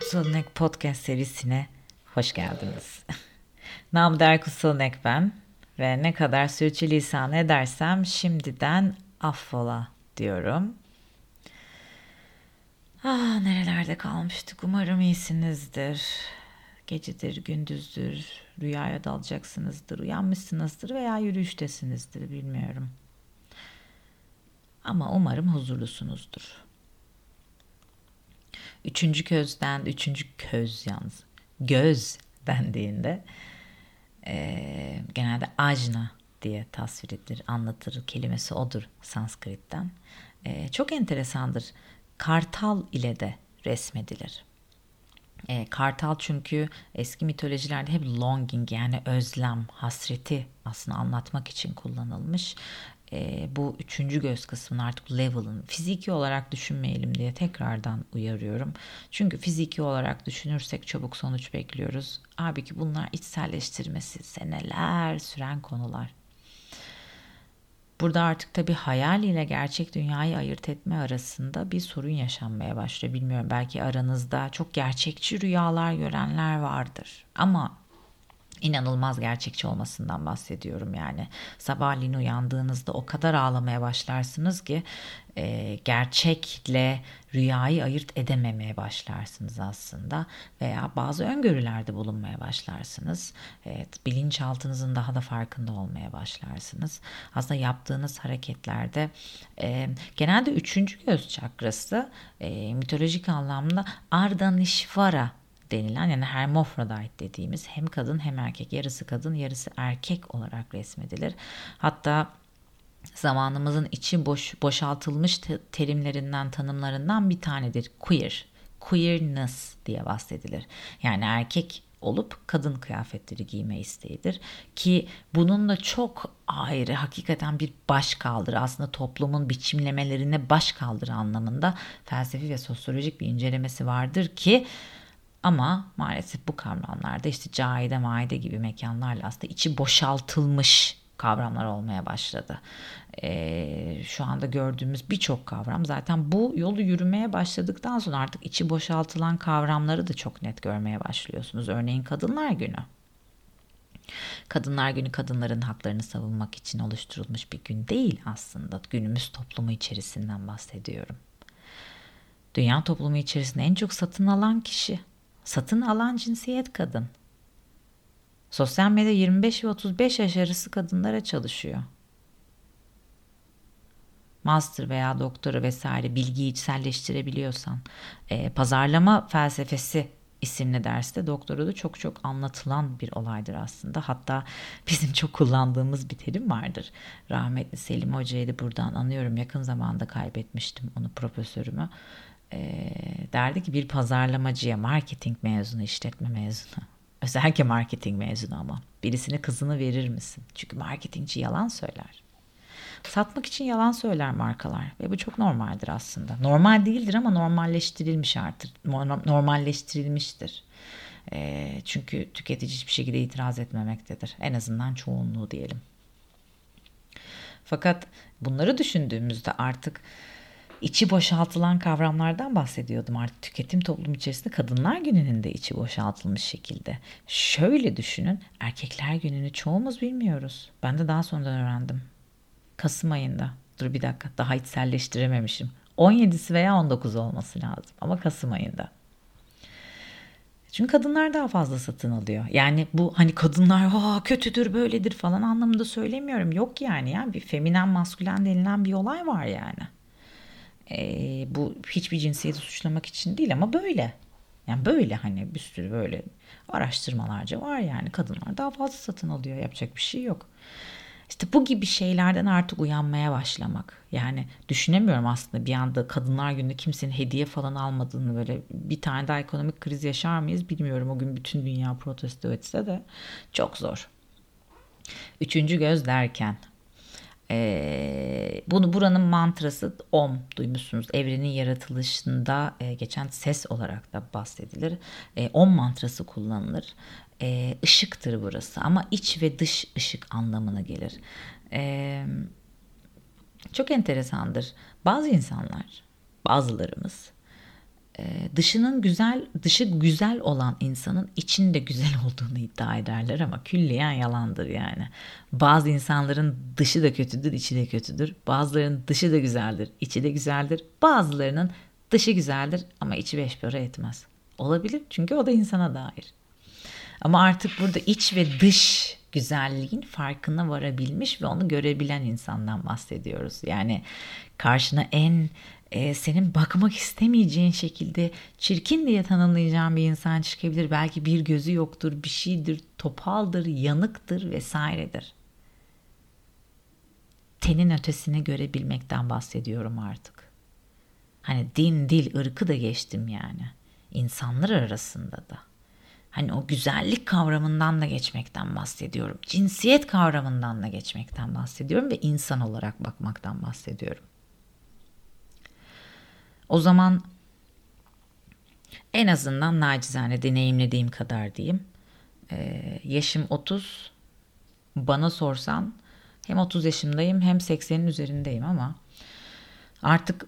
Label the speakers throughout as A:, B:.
A: Kutsal İnek Podcast serisine hoş geldiniz. Namı Kutsal İnek ben ve ne kadar sürçülisan edersem şimdiden affola diyorum. Nerelerde kalmıştık? Umarım iyisinizdir. Gecedir, gündüzdür, rüyaya dalacaksınızdır, uyanmışsınızdır veya yürüyüştesinizdir bilmiyorum. Ama umarım huzurlusunuzdur. Üçüncü köz yalnız. Göz dendiğinde genelde ajna diye tasvir edilir, anlatır. Kelimesi odur Sanskrit'ten. Çok enteresandır. Kartal ile de resmedilir. Kartal çünkü eski mitolojilerde hep longing yani özlem, hasreti aslında anlatmak için kullanılmış. Bu üçüncü göz kısmını artık level'ın fiziki olarak düşünmeyelim diye tekrardan uyarıyorum. Çünkü fiziki olarak düşünürsek çabuk sonuç bekliyoruz. Halbuki bunlar içselleştirmesi seneler süren konular. Burada artık tabii hayal ile gerçek dünyayı ayırt etme arasında bir sorun yaşanmaya başlıyor. Bilmiyorum, belki aranızda çok gerçekçi rüyalar görenler vardır. Ama inanılmaz gerçekçi olmasından bahsediyorum yani. Sabahleyin uyandığınızda o kadar ağlamaya başlarsınız ki gerçekle rüyayı ayırt edememeye başlarsınız aslında. Veya bazı öngörülerde bulunmaya başlarsınız. Evet, bilinçaltınızın daha da farkında olmaya başlarsınız. Aslında yaptığınız hareketlerde genelde üçüncü göz çakrası mitolojik anlamda Ardhanishvara denilen yani Hermafrodit dediğimiz hem kadın hem erkek, yarısı kadın yarısı erkek olarak resmedilir. Hatta zamanımızın içi boşaltılmış terimlerinden, tanımlarından bir tanedir queer. Queerness diye bahsedilir. Yani erkek olup kadın kıyafetleri giyme isteğidir. Ki bunun da çok ayrı, hakikaten bir başkaldırı, aslında toplumun biçimlemelerine başkaldırı anlamında felsefi ve sosyolojik bir incelemesi vardır ki ama maalesef bu kavramlarda işte Cahide Maide gibi mekanlarla aslında içi boşaltılmış kavramlar olmaya başladı. Şu anda gördüğümüz birçok kavram zaten bu yolu yürümeye başladıktan sonra artık içi boşaltılan kavramları da çok net görmeye başlıyorsunuz. Örneğin Kadınlar Günü. Kadınlar Günü kadınların haklarını savunmak için oluşturulmuş bir gün değil aslında. Günümüz toplumu içerisinden bahsediyorum. Dünya toplumu içerisinde en çok satın alan kişi, satın alan cinsiyet kadın. Sosyal medya 25 ve 35 yaş arası kadınlara çalışıyor. Master veya doktora vesaire bilgiyi içselleştirebiliyorsan, pazarlama felsefesi isimli derste doktorada çok çok anlatılan bir olaydır aslında. Hatta bizim çok kullandığımız bir terim vardır. Rahmetli Selim Hoca'yı da buradan anıyorum. Yakın zamanda kaybetmiştim onu, profesörümü. Derdi ki bir pazarlamacıya, marketing mezunu, işletme mezunu, özellikle marketing mezunu, ama birisine kızını verir misin? Çünkü marketingçi yalan söyler. Satmak için yalan söyler markalar ve bu çok normaldir aslında. Normal değildir ama normalleştirilmiş artık. Normalleştirilmiştir. Çünkü tüketici hiçbir şekilde itiraz etmemektedir. En azından çoğunluğu diyelim. Fakat bunları düşündüğümüzde artık içi boşaltılan kavramlardan bahsediyordum. Artık tüketim toplumu içerisinde Kadınlar Günü'nün de içi boşaltılmış şekilde. Şöyle düşünün, Erkekler Günü'nü çoğumuz bilmiyoruz. Ben de daha sonradan öğrendim. Kasım ayında. Dur bir dakika, daha içselleştirememişim. 17'si veya 19 olması lazım ama Kasım ayında. Çünkü kadınlar daha fazla satın alıyor. Yani bu hani kadınlar kötüdür böyledir falan anlamında söylemiyorum. Yok yani bir feminen maskülen denilen bir olay var yani. Bu hiçbir cinsiyeti suçlamak için değil ama böyle. Yani böyle hani bir sürü böyle araştırmalarca var yani. Kadınlar daha fazla satın alıyor. Yapacak bir şey yok. İşte bu gibi şeylerden artık uyanmaya başlamak. Yani düşünemiyorum aslında bir anda Kadınlar Günü'nde kimsenin hediye falan almadığını, böyle bir tane daha ekonomik kriz yaşar mıyız bilmiyorum. O gün bütün dünya protesto etse de çok zor. Üçüncü göz derken buranın mantrası Om, duymuşsunuz. Evrenin yaratılışında geçen ses olarak da bahsedilir. Om mantrası kullanılır. Işıktır burası ama iç ve dış ışık anlamına gelir. Çok enteresandır. Bazılarımız dışı güzel olan insanın içinde güzel olduğunu iddia ederler ama külliyen yalandır yani. Bazı insanların dışı da kötüdür, içi de kötüdür. Bazılarının dışı da güzeldir, içi de güzeldir. Bazılarının dışı güzeldir ama içi beş para etmez. Olabilir çünkü o da insana dair. Ama artık burada iç ve dış güzelliğin farkına varabilmiş ve onu görebilen insandan bahsediyoruz. Yani karşına senin bakmak istemeyeceğin şekilde çirkin diye tanımlayacağın bir insan çıkabilir. Belki bir gözü yoktur, bir şeydir, topaldır, yanıktır vesairedir. Tenin ötesini görebilmekten bahsediyorum artık. Hani din, dil, ırkı da geçtim yani. İnsanlar arasında da. Hani o güzellik kavramından da geçmekten bahsediyorum. Cinsiyet kavramından da geçmekten bahsediyorum ve insan olarak bakmaktan bahsediyorum. O zaman en azından nacizane deneyimlediğim kadar diyeyim. Yaşım 30. Bana sorsan hem 30 yaşındayım hem 80'in üzerindeyim ama artık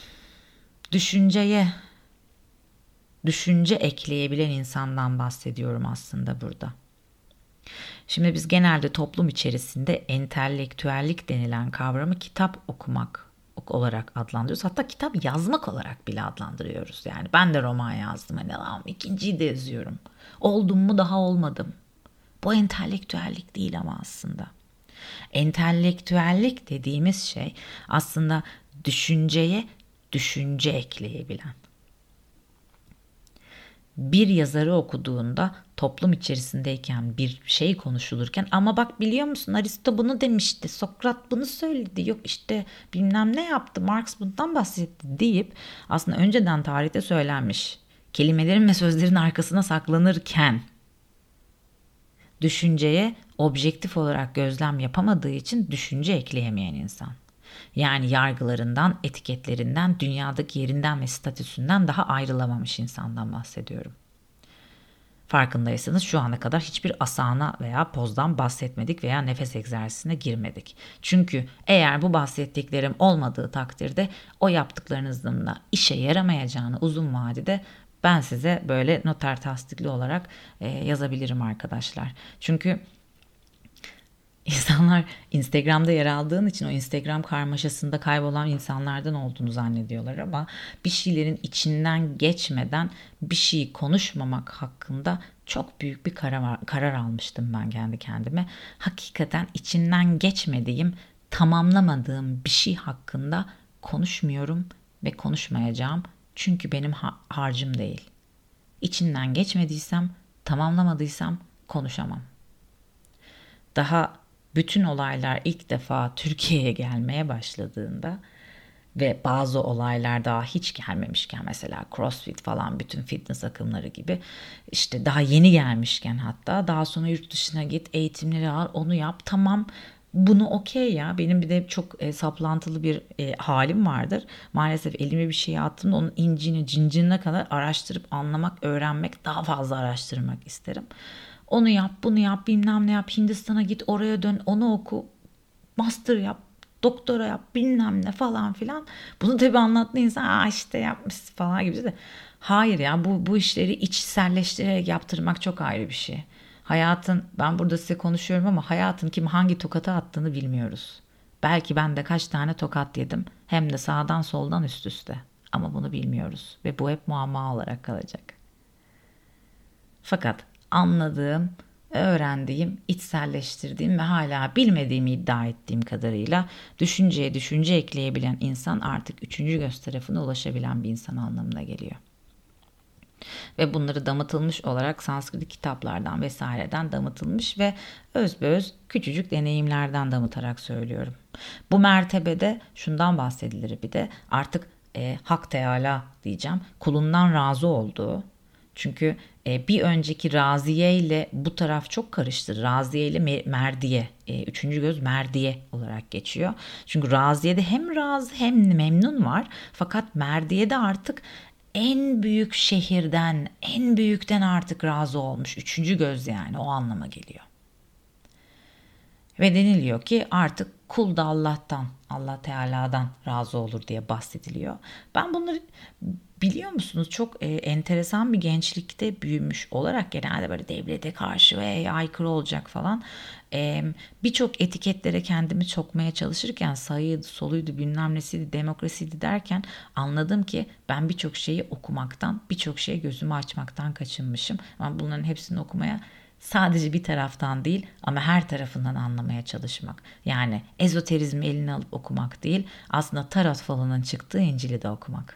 A: düşünce ekleyebilen insandan bahsediyorum aslında burada. Şimdi biz genelde toplum içerisinde entelektüellik denilen kavramı kitap okumak olarak adlandırıyoruz. Hatta kitap yazmak olarak bile adlandırıyoruz. Yani ben de roman yazdım. Hani ikinciyi de yazıyorum. Oldum mu daha olmadım. Bu entelektüellik değil ama aslında. Entelektüellik dediğimiz şey aslında düşünceye düşünce ekleyebilen. Bir yazarı okuduğunda toplum içerisindeyken bir şey konuşulurken ama bak biliyor musun Aristo bunu demişti, Sokrat bunu söyledi, yok işte bilmem ne yaptı, Marx bundan bahsetti deyip aslında önceden tarihte söylenmiş kelimelerin ve sözlerin arkasına saklanırken düşünceye objektif olarak gözlem yapamadığı için düşünce ekleyemeyen insan. Yani yargılarından, etiketlerinden, dünyadaki yerinden ve statüsünden daha ayrılamamış insandan bahsediyorum. Farkındaysanız şu ana kadar hiçbir asana veya pozdan bahsetmedik veya nefes egzersizine girmedik. Çünkü eğer bu bahsettiklerim olmadığı takdirde o yaptıklarınızın da işe yaramayacağını uzun vadede ben size böyle noter tasdikli olarak yazabilirim arkadaşlar. Çünkü İnsanlar Instagram'da yer aldığın için o Instagram karmaşasında kaybolan insanlardan olduğunu zannediyorlar ama bir şeylerin içinden geçmeden bir şeyi konuşmamak hakkında çok büyük bir karar almıştım ben kendi kendime. Hakikaten içinden geçmediğim, tamamlamadığım bir şey hakkında konuşmuyorum ve konuşmayacağım. Çünkü benim harcım değil. İçinden geçmediysem, tamamlamadıysam konuşamam. Daha bütün olaylar ilk defa Türkiye'ye gelmeye başladığında ve bazı olaylar daha hiç gelmemişken mesela CrossFit falan bütün fitness akımları gibi işte daha yeni gelmişken hatta daha sonra yurt dışına git eğitimleri al onu yap tamam bunu okey ya benim bir de çok saplantılı bir halim vardır. Maalesef elime bir şey attığımda onun incine cincine kadar araştırıp anlamak öğrenmek daha fazla araştırmak isterim. Onu yap, bunu yap, bilmem ne yap, Hindistan'a git, oraya dön, onu oku, master yap, doktora yap, bilmem ne falan filan. Bunu tabii anlattı insan, işte yapmışsın falan gibi de. Hayır ya bu işleri içselleştirerek yaptırmak çok ayrı bir şey. Hayatın, ben burada size konuşuyorum ama hayatın kim hangi tokata attığını bilmiyoruz. Belki ben de kaç tane tokat yedim hem de sağdan soldan üst üste. Ama bunu bilmiyoruz ve bu hep muamma olarak kalacak. Fakat anladığım, öğrendiğim, içselleştirdiğim ve hala bilmediğimi iddia ettiğim kadarıyla düşünceye düşünce ekleyebilen insan artık üçüncü göz tarafına ulaşabilen bir insan anlamına geliyor. Ve bunları damıtılmış olarak Sanskrit kitaplardan vesaireden damıtılmış ve özbeöz küçücük deneyimlerden damıtarak söylüyorum. Bu mertebede şundan bahsedilir bir de artık Hak Teala diyeceğim kulundan razı olduğu. Çünkü bir önceki Raziye ile bu taraf çok karıştı. Raziye ile Merdiye. Üçüncü göz Merdiye olarak geçiyor. Çünkü Raziye'de hem razı hem memnun var. Fakat Merdiye'de artık en büyük şehirden, en büyükten artık razı olmuş. Üçüncü göz yani o anlama geliyor. Ve deniliyor ki artık kul da Allah'tan, Allah Teala'dan razı olur diye bahsediliyor. Ben bunları, biliyor musunuz, çok enteresan bir gençlikte büyümüş olarak genelde böyle devlete karşı ve aykırı olacak falan. Birçok etiketlere kendimi sokmaya çalışırken sağıydı, soluydu, bilmem nesiydi, demokrasiydi derken anladım ki ben birçok şeyi okumaktan, birçok şeye gözümü açmaktan kaçınmışım. Ama bunların hepsini okumaya, sadece bir taraftan değil ama her tarafından anlamaya çalışmak. Yani ezoterizmi eline alıp okumak değil, aslında tarot falının çıktığı İncil'i de okumak.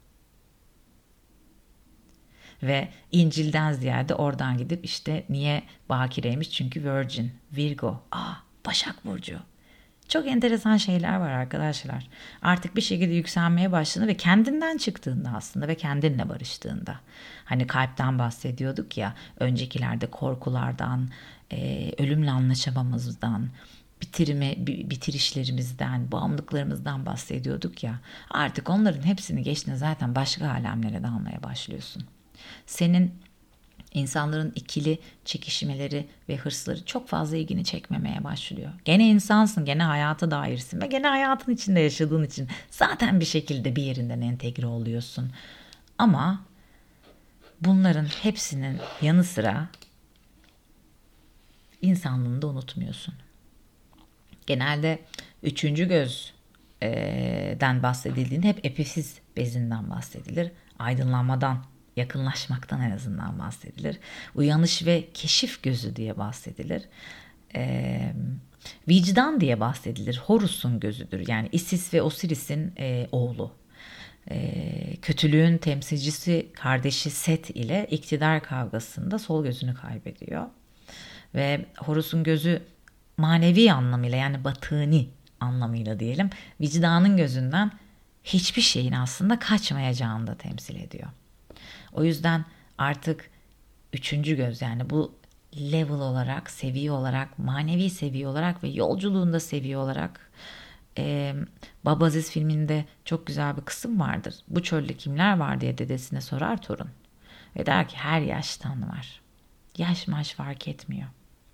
A: Ve İncil'den ziyade oradan gidip işte niye bakireymiş? Çünkü Virgin, Virgo, Başak Burcu. Çok enteresan şeyler var arkadaşlar. Artık bir şekilde yükselmeye başladığında ve kendinden çıktığında aslında ve kendinle barıştığında. Hani kalpten bahsediyorduk ya, öncekilerde korkulardan, ölümle anlaşamamızdan, bitirişlerimizden, bağımlılıklarımızdan bahsediyorduk ya. Artık onların hepsini geçtiğinde zaten başka alemlere dalmaya başlıyorsun. Senin insanların ikili çekişmeleri ve hırsları çok fazla ilgini çekmemeye başlıyor. Gene insansın, gene hayata dairsin ve gene hayatın içinde yaşadığın için zaten bir şekilde bir yerinden entegre oluyorsun. Ama bunların hepsinin yanı sıra insanlığını da unutmuyorsun. Genelde üçüncü gözden bahsedildiğinde hep epifiz bezinden bahsedilir. Aydınlanmadan, yakınlaşmaktan en azından bahsedilir. Uyanış ve keşif gözü diye bahsedilir. Vicdan diye bahsedilir. Horus'un gözüdür. Yani Isis ve Osiris'in oğlu. Kötülüğün temsilcisi kardeşi Set ile iktidar kavgasında sol gözünü kaybediyor. Ve Horus'un gözü manevi anlamıyla, yani batıni anlamıyla diyelim, vicdanın gözünden hiçbir şeyin aslında kaçmayacağını da temsil ediyor. O yüzden artık üçüncü göz, yani bu level olarak, seviye olarak, manevi seviye olarak ve yolculuğunda seviye olarak, Babaziz filminde çok güzel bir kısım vardır. Bu çölde kimler var diye dedesine sorar torun. Ve der ki her yaştan var. Yaş maş fark etmiyor.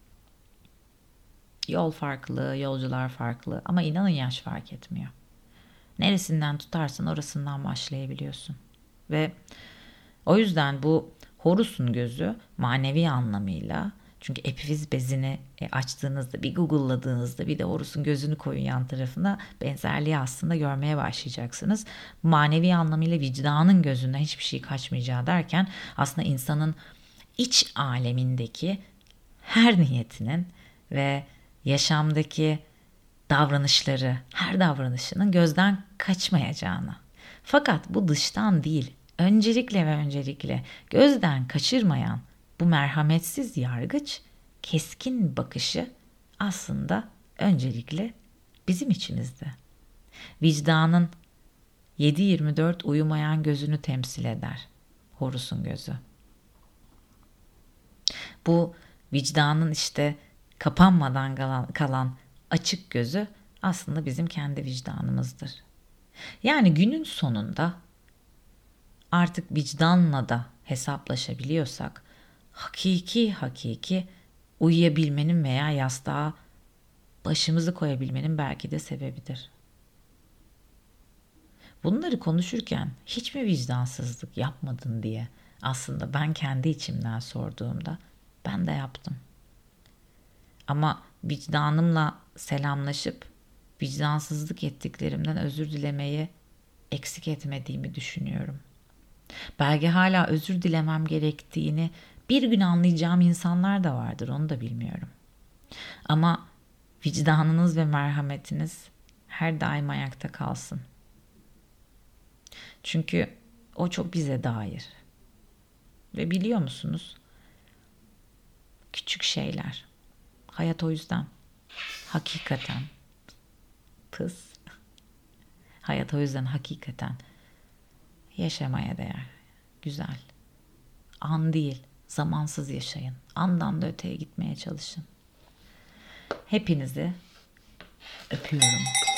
A: Yol farklı, yolcular farklı ama inanın yaş fark etmiyor. Neresinden tutarsan orasından başlayabiliyorsun. Ve o yüzden bu Horus'un gözü manevi anlamıyla, çünkü epifiz bezini açtığınızda, bir google'ladığınızda bir de Horus'un gözünü koyun yan tarafına, benzerliği aslında görmeye başlayacaksınız. Manevi anlamıyla vicdanın gözünden hiçbir şey kaçmayacağı derken aslında insanın iç alemindeki her niyetinin ve yaşamdaki davranışları, her davranışının gözden kaçmayacağını. Fakat bu dıştan değil, öncelikle ve öncelikle gözden kaçırmayan bu merhametsiz yargıç, keskin bakışı aslında öncelikle bizim içimizde. Vicdanın 7/24 uyumayan gözünü temsil eder. Horus'un gözü. Bu vicdanın işte kapanmadan kalan açık gözü aslında bizim kendi vicdanımızdır. Yani günün sonunda artık vicdanla da hesaplaşabiliyorsak hakiki uyuyabilmenin veya yastığa başımızı koyabilmenin belki de sebebidir. Bunları konuşurken hiç mi vicdansızlık yapmadın diye aslında ben kendi içimden sorduğumda ben de yaptım. Ama vicdanımla selamlaşıp vicdansızlık ettiklerimden özür dilemeyi eksik etmediğimi düşünüyorum. Belki hala özür dilemem gerektiğini bir gün anlayacağım insanlar da vardır, onu da bilmiyorum. Ama vicdanınız ve merhametiniz her daim ayakta kalsın. Çünkü o çok bize dair. Ve biliyor musunuz? Küçük şeyler. Hayat o yüzden hakikaten hayat o yüzden hakikaten yaşamaya değer. Güzel. An değil, zamansız yaşayın. Andan da öteye gitmeye çalışın. Hepinizi öpüyorum.